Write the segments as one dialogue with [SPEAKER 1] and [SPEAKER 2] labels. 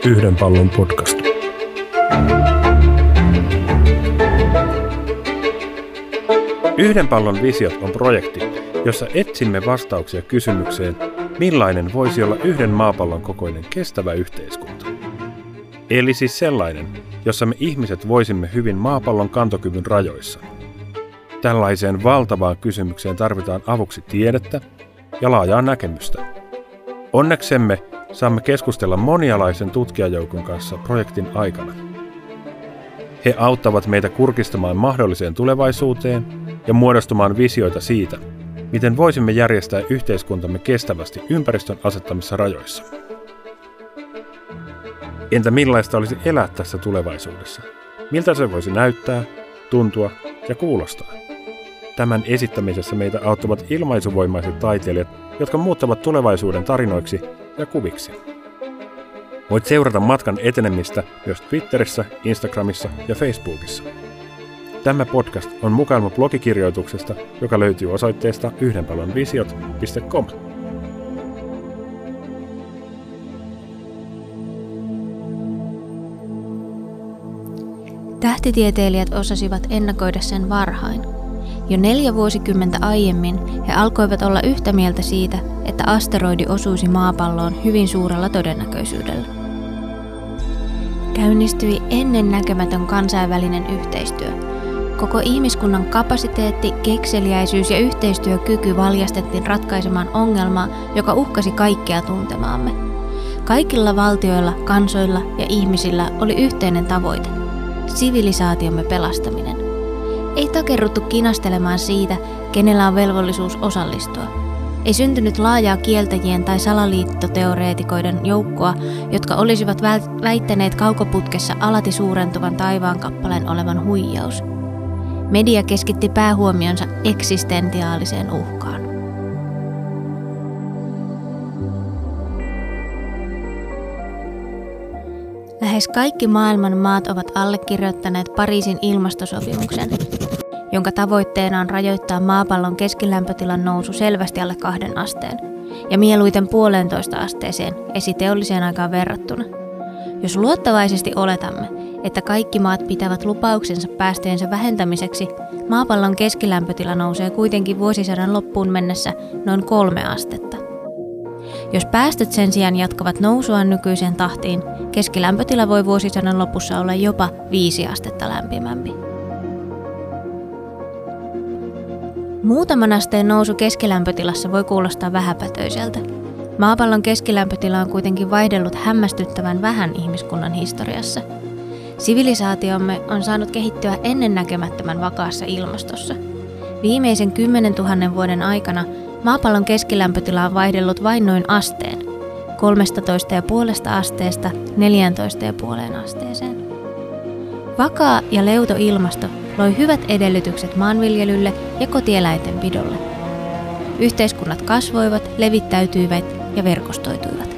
[SPEAKER 1] Yhden pallon podcast. Yhden pallon visiot on projekti, jossa etsimme vastauksia kysymykseen, millainen voisi olla yhden maapallon kokoinen kestävä yhteiskunta. Eli siis sellainen, jossa me ihmiset voisimme hyvin maapallon kantokyvyn rajoissa. Tällaiseen valtavaan kysymykseen tarvitaan avuksi tiedettä ja laajaa näkemystä. Onneksemme saamme keskustella monialaisen tutkijajoukon kanssa projektin aikana. He auttavat meitä kurkistamaan mahdolliseen tulevaisuuteen ja muodostumaan visioita siitä, miten voisimme järjestää yhteiskuntamme kestävästi ympäristön asettamissa rajoissa. Entä millaista olisi elää tässä tulevaisuudessa? Miltä se voisi näyttää, tuntua ja kuulostaa? Tämän esittämisessä meitä auttavat ilmaisuvoimaiset taiteilijat, jotka muuttavat tulevaisuuden tarinoiksi ja kuviksi. Voit seurata matkan etenemistä myös Twitterissä, Instagramissa ja Facebookissa. Tämä podcast on mukailma blogikirjoituksesta, joka löytyy osoitteesta yhdenpallonvisiot.com.
[SPEAKER 2] Tähtitieteilijät osasivat ennakoida sen varhain. Jo 4 vuosikymmentä aiemmin he alkoivat olla yhtä mieltä siitä, että asteroidi osuisi maapalloon hyvin suurella todennäköisyydellä. Käynnistyi ennennäkemätön kansainvälinen yhteistyö. Koko ihmiskunnan kapasiteetti, kekseliäisyys ja yhteistyökyky valjastettiin ratkaisemaan ongelmaa, joka uhkasi kaikkea tuntemaamme. Kaikilla valtioilla, kansoilla ja ihmisillä oli yhteinen tavoite: sivilisaatiomme pelastaminen. Ei takerruttu kinastelemaan siitä, kenellä on velvollisuus osallistua. Ei syntynyt laajaa kieltäjien tai salaliittoteoreetikoiden joukkoa, jotka olisivat väittäneet kaukoputkessa alati suurentuvan taivaankappaleen olevan huijaus. Media keskitti päähuomionsa eksistentiaaliseen uhkaan. Lähes kaikki maailman maat ovat allekirjoittaneet Pariisin ilmastosopimuksen, jonka tavoitteena on rajoittaa maapallon keskilämpötilan nousu selvästi alle 2 asteen ja mieluiten 1,5 asteeseen esiteolliseen aikaan verrattuna. Jos luottavaisesti oletamme, että kaikki maat pitävät lupauksensa päästöjensä vähentämiseksi, maapallon keskilämpötila nousee kuitenkin vuosisadan loppuun mennessä noin 3 astetta. Jos päästöt sen sijaan jatkavat nousuaan nykyiseen tahtiin, keskilämpötila voi vuosisadan lopussa olla jopa 5 astetta lämpimämpi. Muutaman asteen nousu keskilämpötilassa voi kuulostaa vähäpätöiseltä. Maapallon keskilämpötila on kuitenkin vaihdellut hämmästyttävän vähän ihmiskunnan historiassa. Sivilisaatiomme on saanut kehittyä ennennäkemättömän vakaassa ilmastossa. Viimeisen 10 000 vuoden aikana maapallon keskilämpötila on vaihdellut vain noin asteen, 13,5 asteesta 14,5 asteeseen. Vakaa ja leuto ilmasto loi hyvät edellytykset maanviljelylle ja kotieläintenpidolle. Yhteiskunnat kasvoivat, levittäytyivät ja verkostoituivat.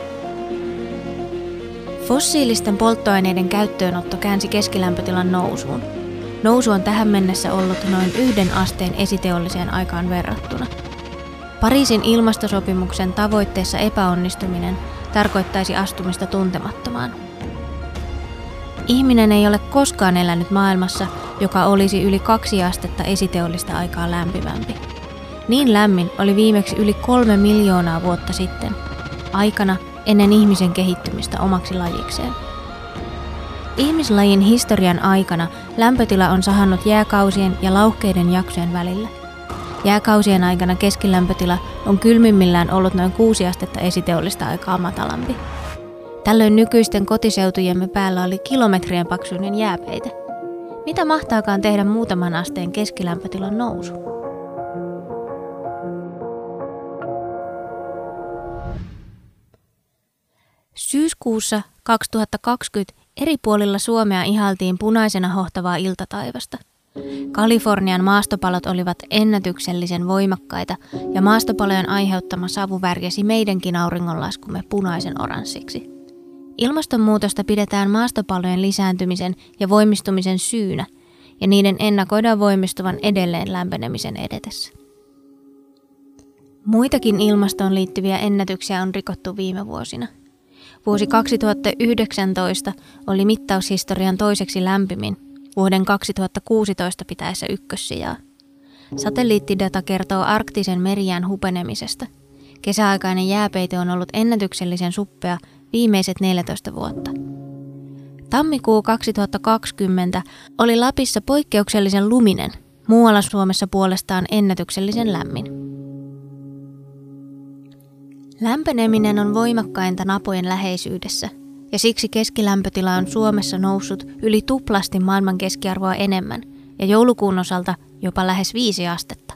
[SPEAKER 2] Fossiilisten polttoaineiden käyttöönotto käänsi keskilämpötilan nousuun. Nousu on tähän mennessä ollut noin 1 asteen esiteolliseen aikaan verrattuna. Pariisin ilmastosopimuksen tavoitteessa epäonnistuminen tarkoittaisi astumista tuntemattomaan. Ihminen ei ole koskaan elänyt maailmassa, joka olisi yli 2 astetta esiteollista aikaa lämpimämpi. Niin lämmin oli viimeksi yli 3 miljoonaa vuotta sitten, aikana ennen ihmisen kehittymistä omaksi lajikseen. Ihmislajin historian aikana lämpötila on sahannut jääkausien ja lauhkeiden jaksojen välillä. Jääkausien aikana keskilämpötila on kylmimmillään ollut noin 6 astetta esiteollista aikaa matalampi. Tällöin nykyisten kotiseutujemme päällä oli kilometrien paksuinen jääpeite. Mitä mahtaakaan tehdä muutaman asteen keskilämpötilan nousu? Syyskuussa 2020 eri puolilla Suomea ihailtiin punaisena hohtavaa iltataivasta. Kalifornian maastopalot olivat ennätyksellisen voimakkaita ja maastopalojen aiheuttama savu värjäsi meidänkin auringonlaskumme punaisen oranssiksi. Ilmastonmuutosta pidetään maastopalojen lisääntymisen ja voimistumisen syynä, ja niiden ennakoidaan voimistuvan edelleen lämpenemisen edetessä. Muitakin ilmastoon liittyviä ennätyksiä on rikottu viime vuosina. Vuosi 2019 oli mittaushistorian toiseksi lämpimin, vuoden 2016 pitäessä ykkössijaa. Satelliittidata kertoo arktisen merijään hupenemisesta. Kesäaikainen jääpeite on ollut ennätyksellisen suppea viimeiset 14 vuotta. Tammikuu 2020 oli Lapissa poikkeuksellisen luminen, muualla Suomessa puolestaan ennätyksellisen lämmin. Lämpeneminen on voimakkainta napojen läheisyydessä, ja siksi keskilämpötila on Suomessa noussut yli tuplasti maailman keskiarvoa enemmän, ja joulukuun osalta jopa lähes 5 astetta.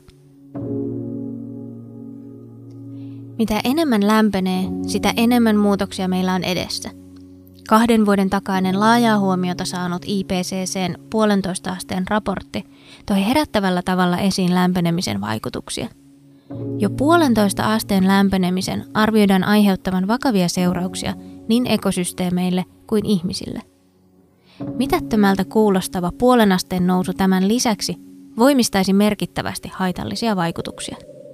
[SPEAKER 2] Mitä enemmän lämpenee, sitä enemmän muutoksia meillä on edessä. 2 vuoden takainen laajaa huomiota saanut IPCC:n 1,5 asteen raportti toi herättävällä tavalla esiin lämpenemisen vaikutuksia. Jo 1,5 asteen lämpenemisen arvioidaan aiheuttavan vakavia seurauksia niin ekosysteemeille kuin ihmisille. Mitättömältä kuulostava 0,5 asteen nousu tämän lisäksi voimistaisi merkittävästi haitallisia vaikutuksia.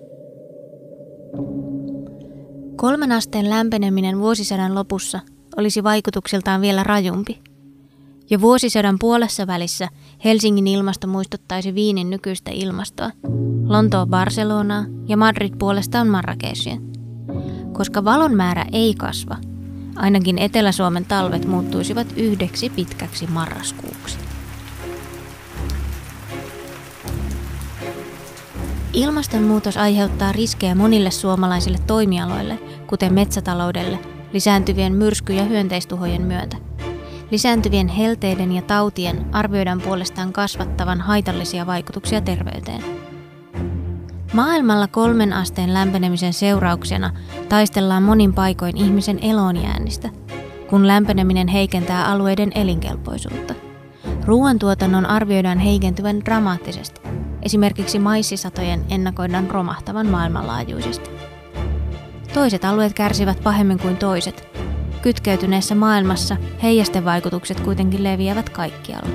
[SPEAKER 2] 3 asteen lämpeneminen vuosisadan lopussa olisi vaikutuksiltaan vielä rajumpi. Jo vuosisadan puolessa välissä Helsingin ilmasto muistuttaisi Wienin nykyistä ilmastoa, Lontoa Barcelonaa ja Madrid puolestaan Marrakechia. Koska valon määrä ei kasva, ainakin Etelä-Suomen talvet muuttuisivat yhdeksi pitkäksi marraskuuksi. Ilmastonmuutos aiheuttaa riskejä monille suomalaisille toimialoille, kuten metsätaloudelle, lisääntyvien myrsky- ja hyönteistuhojen myötä. Lisääntyvien helteiden ja tautien arvioidaan puolestaan kasvattavan haitallisia vaikutuksia terveyteen. Maailmalla 3 asteen lämpenemisen seurauksena taistellaan monin paikoin ihmisen eloonjäännistä, kun lämpeneminen heikentää alueiden elinkelpoisuutta. Ruoantuotannon arvioidaan heikentyvän dramaattisesti. Esimerkiksi maissisatojen ennakoidaan romahtavan maailmanlaajuisesti. Toiset alueet kärsivät pahemmin kuin toiset. Kytkeytyneessä maailmassa heijastevaikutukset kuitenkin leviävät kaikkialla.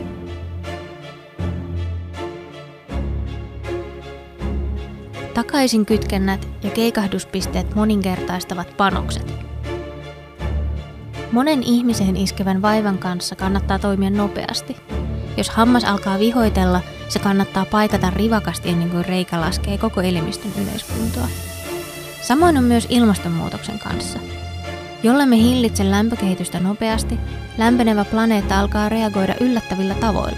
[SPEAKER 2] Takaisin kytkennät ja keikahduspisteet moninkertaistavat panokset. Monen ihmiseen iskevän vaivan kanssa kannattaa toimia nopeasti. Jos hammas alkaa vihoitella, se kannattaa paikata rivakasti ennen kuin reikä laskee koko elimistön yleiskuntoa. Samoin on myös ilmastonmuutoksen kanssa. Jollemme hillitse lämpökehitystä nopeasti, lämpenevä planeetta alkaa reagoida yllättävillä tavoilla.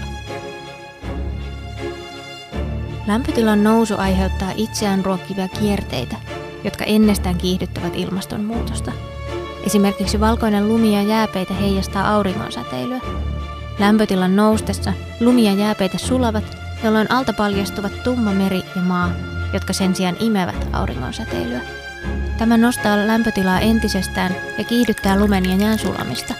[SPEAKER 2] Lämpötilan nousu aiheuttaa itseään ruokkivia kierteitä, jotka ennestään kiihdyttävät ilmastonmuutosta. Esimerkiksi valkoinen lumi ja jääpeite heijastaa auringonsäteilyä. Lämpötilan noustessa lumi ja jääpeite sulavat, jolloin alta paljastuvat tumma meri ja maa, jotka sen sijaan imevät auringonsäteilyä. Tämä nostaa lämpötilaa entisestään ja kiihdyttää lumen ja jään sulamista.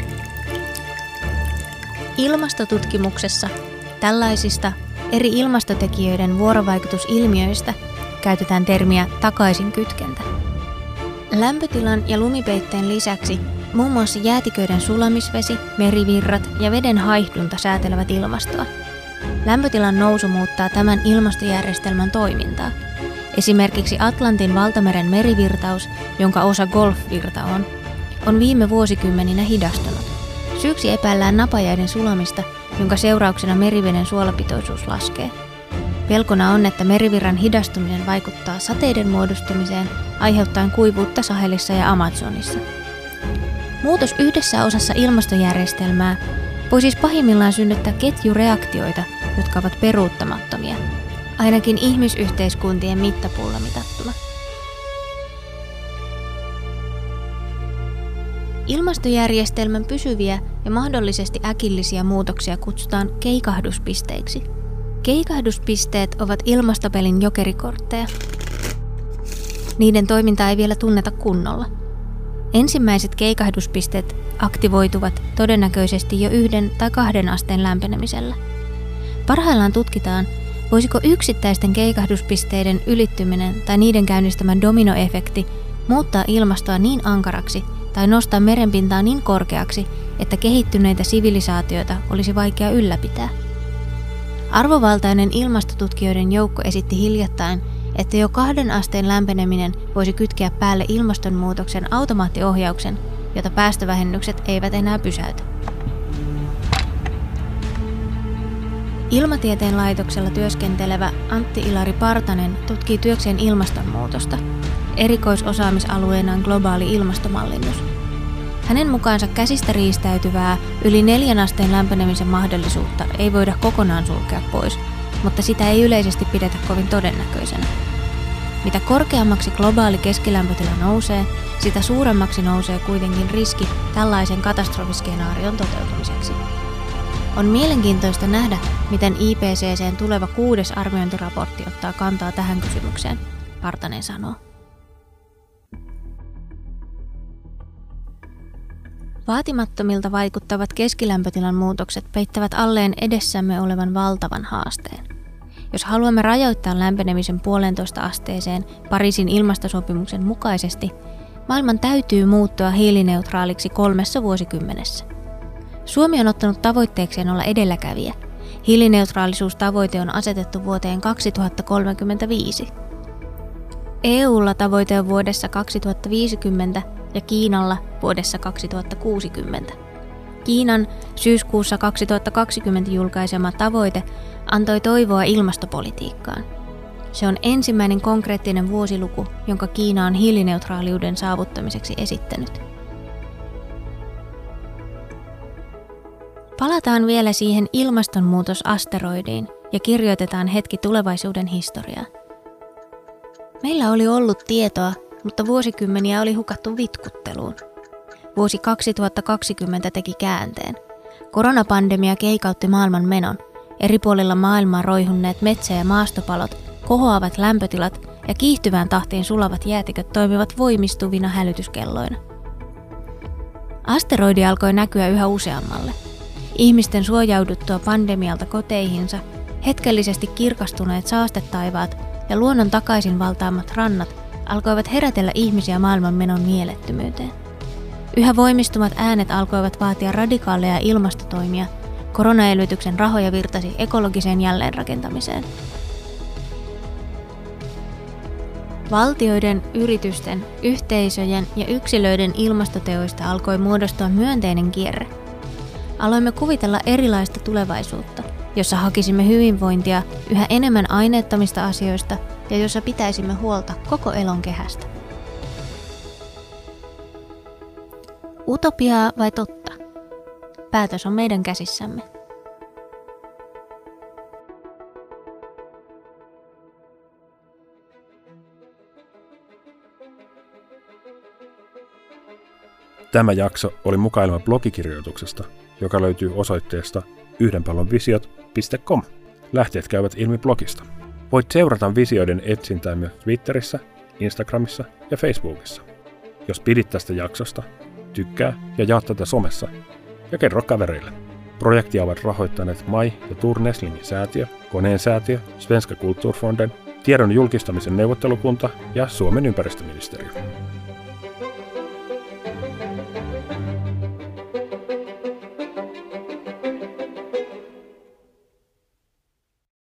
[SPEAKER 2] Ilmastotutkimuksessa tällaisista eri ilmastotekijöiden vuorovaikutusilmiöistä käytetään termiä takaisinkytkentä. Lämpötilan ja lumipeitteen lisäksi muun muassa jäätiköiden sulamisvesi, merivirrat ja veden haihdunta säätelevät ilmastoa. Lämpötilan nousu muuttaa tämän ilmastojärjestelmän toimintaa. Esimerkiksi Atlantin valtameren merivirtaus, jonka osa Golfvirta on viime vuosikymmeninä hidastunut. Syyksi epäillään napajäiden sulamista, jonka seurauksena meriveden suolapitoisuus laskee. Pelkona on, että merivirran hidastuminen vaikuttaa sateiden muodostumiseen, aiheuttaen kuivuutta Sahelissa ja Amazonissa. Muutos yhdessä osassa ilmastojärjestelmää voi siis pahimmillaan synnyttää ketjureaktioita, jotka ovat peruuttamattomia, ainakin ihmisyhteiskuntien mittapuulla mitattuna. Ilmastojärjestelmän pysyviä ja mahdollisesti äkillisiä muutoksia kutsutaan keikahduspisteiksi. Keikahduspisteet ovat ilmastopelin jokerikortteja. Niiden toimintaa ei vielä tunneta kunnolla. Ensimmäiset keikahduspisteet aktivoituvat todennäköisesti jo 1 tai 2 asteen lämpenemisellä. Parhaillaan tutkitaan, voisiko yksittäisten keikahduspisteiden ylittyminen tai niiden käynnistämä dominoefekti muuttaa ilmastoa niin ankaraksi tai nostaa merenpintaa niin korkeaksi, että kehittyneitä sivilisaatioita olisi vaikea ylläpitää. Arvovaltainen ilmastotutkijoiden joukko esitti hiljattain, että jo 2 asteen lämpeneminen voisi kytkeä päälle ilmastonmuutoksen automaattiohjauksen jota päästövähennykset eivät enää pysäytä. Ilmatieteen laitoksella työskentelevä Antti-Ilari Partanen tutkii työkseen ilmastonmuutosta. Erikoisosaamisalueenaan globaali ilmastomallinnus. Hänen mukaansa käsistä riistäytyvää yli 4 asteen lämpenemisen mahdollisuutta ei voida kokonaan sulkea pois, mutta sitä ei yleisesti pidetä kovin todennäköisenä. Mitä korkeammaksi globaali keskilämpötila nousee, sitä suuremmaksi nousee kuitenkin riski tällaisen katastrofiskenaarion toteutumiseksi. On mielenkiintoista nähdä, miten IPCC:n tuleva 6. arviointiraportti ottaa kantaa tähän kysymykseen, Partanen sanoo. Vaatimattomilta vaikuttavat keskilämpötilan muutokset peittävät alleen edessämme olevan valtavan haasteen. Jos haluamme rajoittaa lämpenemisen 1,5 asteeseen Pariisin ilmastosopimuksen mukaisesti, maailman täytyy muuttua hiilineutraaliksi 3 vuosikymmenessä. Suomi on ottanut tavoitteekseen olla edelläkävijä. Hiilineutraalisuustavoite on asetettu vuoteen 2035. EU:lla tavoite on vuodessa 2050 ja Kiinalla vuodessa 2060. Kiinan syyskuussa 2020 julkaisema tavoite antoi toivoa ilmastopolitiikkaan. Se on ensimmäinen konkreettinen vuosiluku, jonka Kiina on hiilineutraaliuden saavuttamiseksi esittänyt. Palataan vielä siihen ilmastonmuutosasteroidiin ja kirjoitetaan hetki tulevaisuuden historiaa. Meillä oli ollut tietoa, mutta vuosikymmeniä oli hukattu vitkutteluun. Vuosi 2020 teki käänteen. Koronapandemia keikautti maailman menon. Eri puolilla maailmaa roihunneet metsä- ja maastopalot, kohoavat lämpötilat ja kiihtyvään tahtiin sulavat jäätiköt toimivat voimistuvina hälytyskelloina. Asteroidi alkoi näkyä yhä useammalle. Ihmisten suojauduttua pandemialta koteihinsa, hetkellisesti kirkastuneet saastetaivaat ja luonnon takaisin valtaamat rannat alkoivat herätellä ihmisiä maailmanmenon mielettömyyteen. Yhä voimistuvat äänet alkoivat vaatia radikaaleja ilmastotoimia, koronaelvytyksen rahoja virtasi ekologiseen jälleenrakentamiseen. Valtioiden, yritysten, yhteisöjen ja yksilöiden ilmastoteoista alkoi muodostua myönteinen kierre. Aloimme kuvitella erilaista tulevaisuutta, jossa hakisimme hyvinvointia yhä enemmän aineettomista asioista ja jossa pitäisimme huolta koko elonkehästä. Utopiaa vai totta? Päätös on meidän käsissämme.
[SPEAKER 1] Tämä jakso oli mukailma blogikirjoituksesta, joka löytyy osoitteesta yhdenpallonvisiot.com. Lähteet käyvät ilmi blogista. Voit seurata visioiden etsintää myös Twitterissä, Instagramissa ja Facebookissa. Jos pidit tästä jaksosta, tykkää ja jaa tätä somessa ja kerro kavereille. Projektia ovat rahoittaneet Mai ja Tur Neslingin säätiö, Koneen säätiö, Svenska Kulturfonden, tiedon julkistamisen neuvottelukunta ja Suomen ympäristöministeriö.